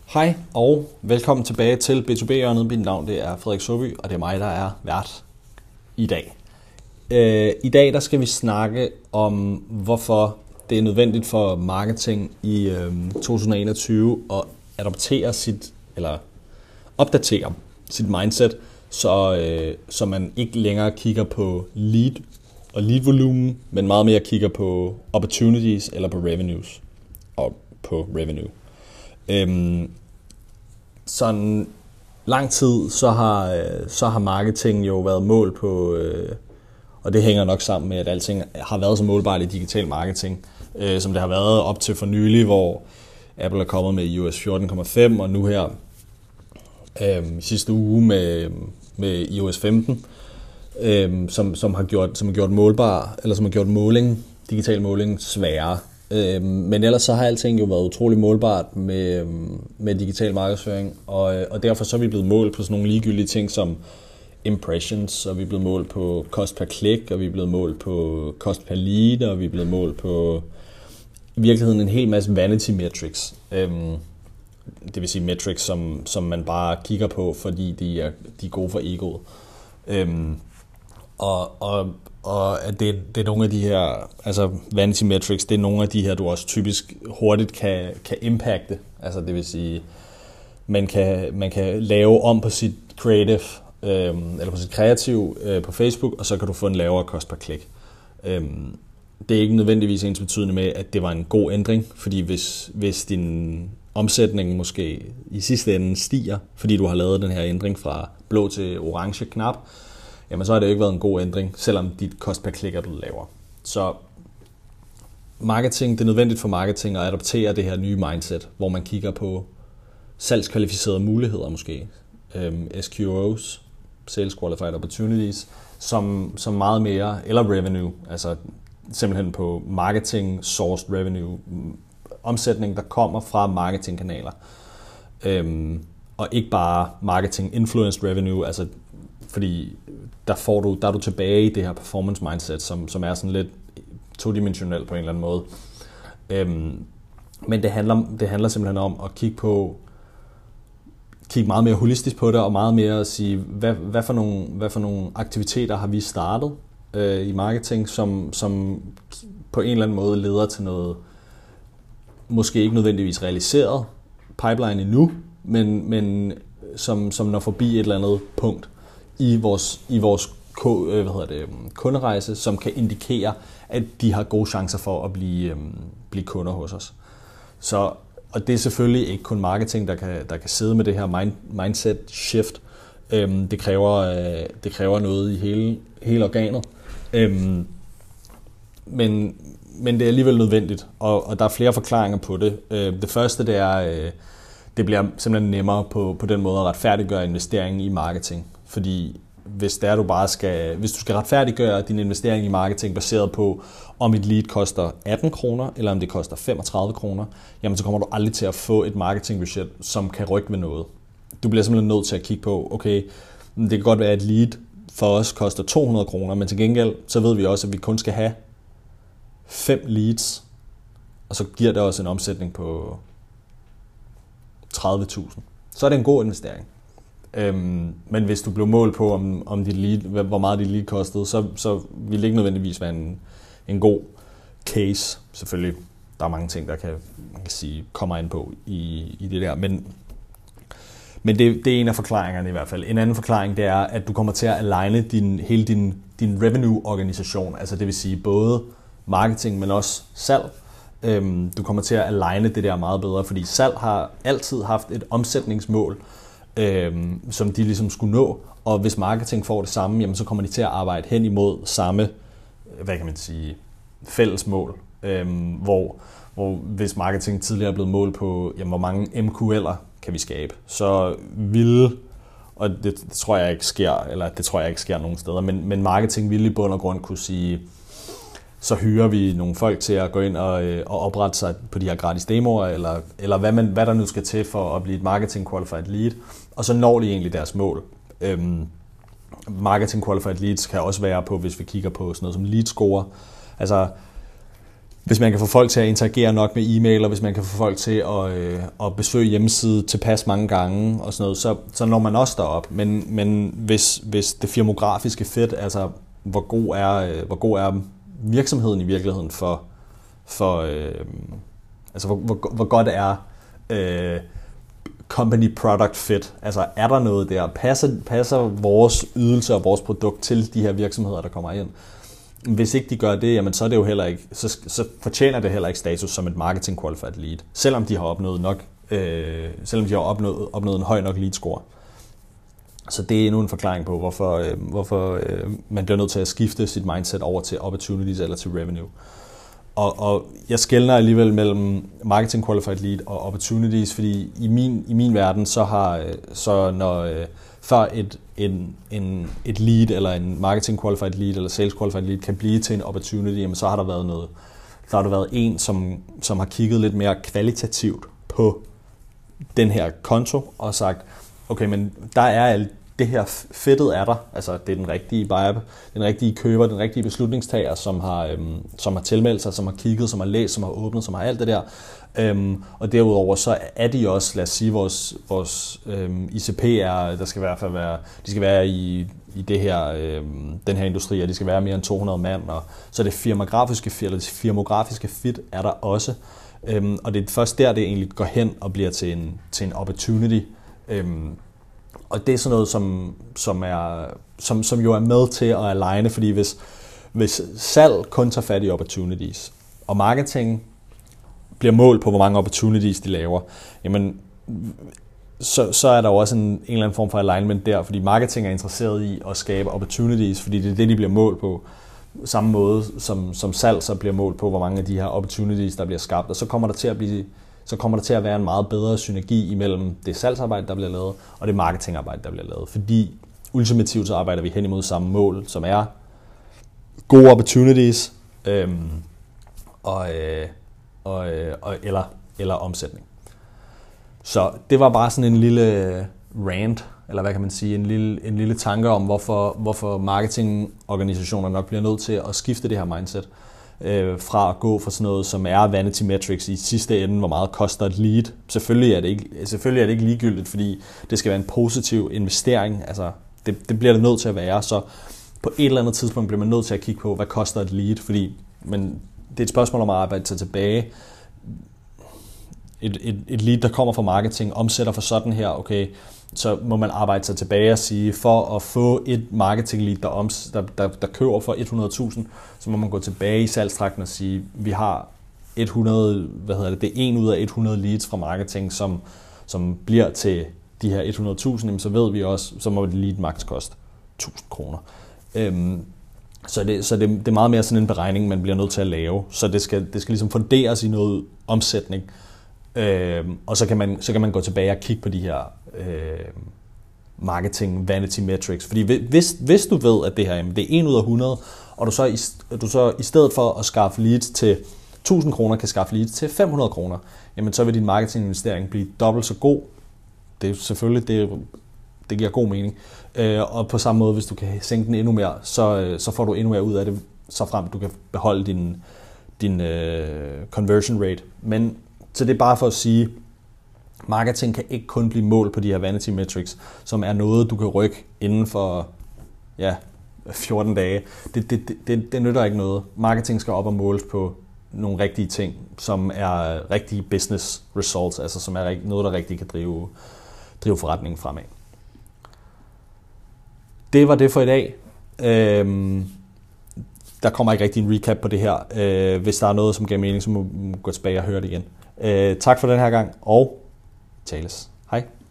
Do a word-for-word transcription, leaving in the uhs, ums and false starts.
Hej og velkommen tilbage til B to B-hjørnet. Mit navn det er Frederik Søby, og det er mig, der er vært i dag. Øh, I dag der skal vi snakke om, hvorfor det er nødvendigt for marketing i øh, to tusind og enogtyve at adoptere sit, eller opdatere sit mindset, så, øh, så man ikke længere kigger på lead og lead-volumen, men meget mere kigger på opportunities eller på revenues og på revenue. Øhm, sådan lang tid, så har, øh, så har marketing jo været mål på, øh, og det hænger nok sammen med, at alting har været så målbart i digital marketing, øh, som det har været op til for nylig, hvor Apple er kommet med i O S fjorten komma fem, og nu her øh, sidste uge med, med i O S femten, øh, som, som, har gjort, som har gjort målbar, eller som har gjort måling, digital måling sværere. Men ellers så har alting jo været utrolig målbart med, med digital markedsføring, og, og derfor så er vi blevet målt på sådan nogle ligegyldige ting som impressions, og vi er blevet målt på cost per click, og vi er blevet målt på cost per lead, og vi er blevet målt på i virkeligheden en hel masse vanity metrics. Det vil sige metrics, som, som man bare kigger på, fordi de er, de er gode for egoet. Og, og Og at det, det er nogle af de her, altså vanity metrics, det er nogle af de her, du også typisk hurtigt kan, kan impacte. Altså det vil sige, man kan, man kan lave om på sit creative, øh, eller på sit kreativ øh, på Facebook, og så kan du få en lavere kost per klik. Øh, det er ikke nødvendigvis ensbetydende med, at det var en god ændring, fordi hvis, hvis din omsætning måske i sidste ende stiger, fordi du har lavet den her ændring fra blå til orange knap, jamen så har det jo ikke været en god ændring, selvom dit kost per klik er blevet lavere. Så marketing, det er nødvendigt for marketing at adoptere det her nye mindset, hvor man kigger på salgskvalificerede muligheder måske, øhm, S Q Os, Sales Qualified Opportunities, som, som meget mere, eller revenue, altså simpelthen på marketing sourced revenue, omsætning, der kommer fra marketingkanaler, øhm, og ikke bare marketing influenced revenue, altså fordi der, får du, der er du tilbage i det her performance mindset, som, som er sådan lidt todimensionelt på en eller anden måde. Øhm, men det handler, det handler simpelthen om at kigge på, kigge meget mere holistisk på det, og meget mere at sige, hvad, hvad, for, nogle, hvad for nogle aktiviteter har vi startet øh, i marketing, som, som på en eller anden måde leder til noget, måske ikke nødvendigvis realiseret pipeline endnu, men, men som, som når forbi et eller andet punkt i vores, i vores hvad hedder det, kunderejse, som kan indikere, at de har gode chancer for at blive, øhm, blive kunder hos os. Så, og det er selvfølgelig ikke kun marketing, der kan, der kan sidde med det her mind, mindset shift. Øhm, det, kræver, øh, det kræver noget i hele, hele organet. Øhm, men, men det er alligevel nødvendigt, og, og der er flere forklaringer på det. Øh, det første, det er, øh, det bliver simpelthen nemmere på, på den måde at retfærdiggøre investeringen i marketing. Fordi hvis, det er, du bare skal, hvis du skal retfærdiggøre din investering i marketing baseret på, om et lead koster atten kroner, eller om det koster femogtredive kroner, jamen så kommer du aldrig til at få et marketingbudget, som kan rykke ved noget. Du bliver simpelthen nødt til at kigge på, okay, det kan godt være, at et lead for os koster to hundrede kroner, men til gengæld, så ved vi også, at vi kun skal have fem leads, og så giver det også en omsætning på tredive tusind. Så er det en god investering. Øhm, men hvis du blev målt på, om, om dit lead, hvor meget dit lead kostede, så, så ville det ikke nødvendigvis være en, en god case. Selvfølgelig, der er mange ting, der kan, man kan sige, kommer ind på i, i det der. Men, men det, det er en af forklaringerne i hvert fald. En anden forklaring, det er, at du kommer til at aligne din, hele din, din revenue-organisation. Altså det vil sige både marketing, men også salg. Øhm, du kommer til at aligne det der meget bedre, fordi salg har altid haft et omsætningsmål, Øhm, som de ligesom skulle nå, og hvis marketing får det samme, jamen så kommer de til at arbejde hen imod samme, hvad kan man sige, fælles mål, øhm, hvor, hvor hvis marketing tidligere er blevet målt på, jamen hvor mange M Q L'er kan vi skabe, så ville, og det, det tror jeg ikke sker, eller det tror jeg ikke sker nogen steder, men, men marketing ville i bund og grund kunne sige, så hyrer vi nogle folk til at gå ind og, og oprette sig på de her gratis demoer, eller, eller hvad, man, hvad der nu skal til for at blive et marketing qualified lead, og så når de egentlig deres mål. Øhm, marketing qualified leads kan også være på, hvis vi kigger på sådan noget som lead score. Altså, hvis man kan få folk til at interagere nok med e-mail, og hvis man kan få folk til at, øh, at besøge hjemmeside tilpas mange gange og sådan noget, så, så når man også derop. Men, men hvis, hvis det firmografiske fit, altså hvor god er, øh, hvor god er virksomheden i virkeligheden for, for øh, altså hvor, hvor, hvor godt er øh, company product fit, altså er der noget der, passer, passer vores ydelse og vores produkt til de her virksomheder, der kommer ind. Hvis ikke de gør det, jamen så er det jo heller ikke, så, så fortjener det heller ikke status som et marketing qualified lead, selvom de har opnået nok, øh, selvom de har opnået, opnået en høj nok lead score. Så det er endnu en forklaring på, hvorfor, øh, hvorfor øh, man bliver nødt til at skifte sit mindset over til opportunities eller til revenue. Og, og jeg skelner alligevel mellem marketing qualified lead og opportunities, fordi i min, i min verden, så har så når øh, før et, en, en, et lead eller en marketing qualified lead eller sales qualified lead kan blive til en opportunity, jamen, så har der været noget, så har der været en, som, som har kigget lidt mere kvalitativt på den her konto og sagt, okay, men der er alt det her fedtet er der, altså det er den rigtige buyer, den rigtige køber, den rigtige beslutningstager, som har, øhm, som har tilmeldt sig, som har kigget, som har læst, som har åbnet, som har alt det der. Øhm, og derudover så er de også, lad os sige, vores, vores øhm, I C P er, der skal i hvert fald være, de skal være i, i det her, øhm, den her industri, og de skal være mere end to hundrede mand, og så det firmografiske fit, eller det firmografiske fit er der også. Øhm, og det er først der, det egentlig går hen og bliver til en, til en opportunity. Øhm, Og det er sådan noget, som, som, er, som, som jo er med til at aligne, fordi hvis, hvis salg kun tager fat i opportunities, og marketing bliver målt på, hvor mange opportunities de laver, jamen, så, så er der jo også en, en eller anden form for alignment der, fordi marketing er interesseret i at skabe opportunities, fordi det er det, de bliver målt på. Samme måde som, som salg så bliver målt på, hvor mange af de her opportunities, der bliver skabt, og så kommer der til at blive... så kommer der til at være en meget bedre synergi imellem det salgsarbejde, der bliver lavet, og det marketingarbejde, der bliver lavet. Fordi ultimativt så arbejder vi hen imod samme mål, som er gode opportunities øhm, og, øh, og, øh, og, eller, eller omsætning. Så det var bare sådan en lille rant, eller hvad kan man sige, en lille, en lille tanke om, hvorfor, hvorfor marketingorganisationer nok bliver nødt til at skifte det her mindset. Øh, fra at gå for sådan noget, som er vanity metrics i sidste ende, hvor meget koster et lead. Selvfølgelig er det ikke, selvfølgelig er det ikke ligegyldigt, fordi det skal være en positiv investering. Altså, det, det bliver det nødt til at være, så på et eller andet tidspunkt bliver man nødt til at kigge på, hvad koster et lead, fordi men det er et spørgsmål om at arbejde sig tilbage. Et, et, et lead, der kommer fra marketing, omsætter for sådan her, okay, så må man arbejde sig tilbage og sige, for at få et marketing lead, der, oms, der, der, der køber for hundrede tusind, så må man gå tilbage i salgstrakten og sige, vi har hundrede, hvad hedder det, det er en ud af hundrede leads fra marketing, som, som bliver til de her hundrede tusind, så ved vi også, så må det lead max koste tusind kroner. Øhm, så det, så det, det er meget mere sådan en beregning, man bliver nødt til at lave, så det skal, det skal ligesom funderes i noget omsætning. Øhm, og så kan, man, så kan man gå tilbage og kigge på de her øh, marketing vanity metrics. Fordi hvis, hvis du ved, at det her jamen, det er en ud af hundrede, og du så, i, du så i stedet for at skaffe leads til tusind kroner, kan skaffe leads til fem hundrede kroner, jamen så vil din marketinginvestering blive dobbelt så god. Det er selvfølgelig, det, det giver god mening. Øh, og på samme måde, hvis du kan sænke den endnu mere, så, så får du endnu mere ud af det, så frem du kan beholde din, din øh, conversion rate. Men så det er bare for at sige, marketing kan ikke kun blive målt på de her vanity metrics, som er noget, du kan rykke inden for ja, fjorten dage. Det, det, det, det nytter ikke noget. Marketing skal op og måles på nogle rigtige ting, som er rigtige business results, altså som er noget, der rigtig kan drive, drive forretningen fremad. Det var det for i dag. Øhm, der kommer ikke rigtig en recap på det her. Øh, hvis der er noget, som giver mening, så må du gå tilbage og høre det igen. Øh, tak for den her gang, og tales. Hej.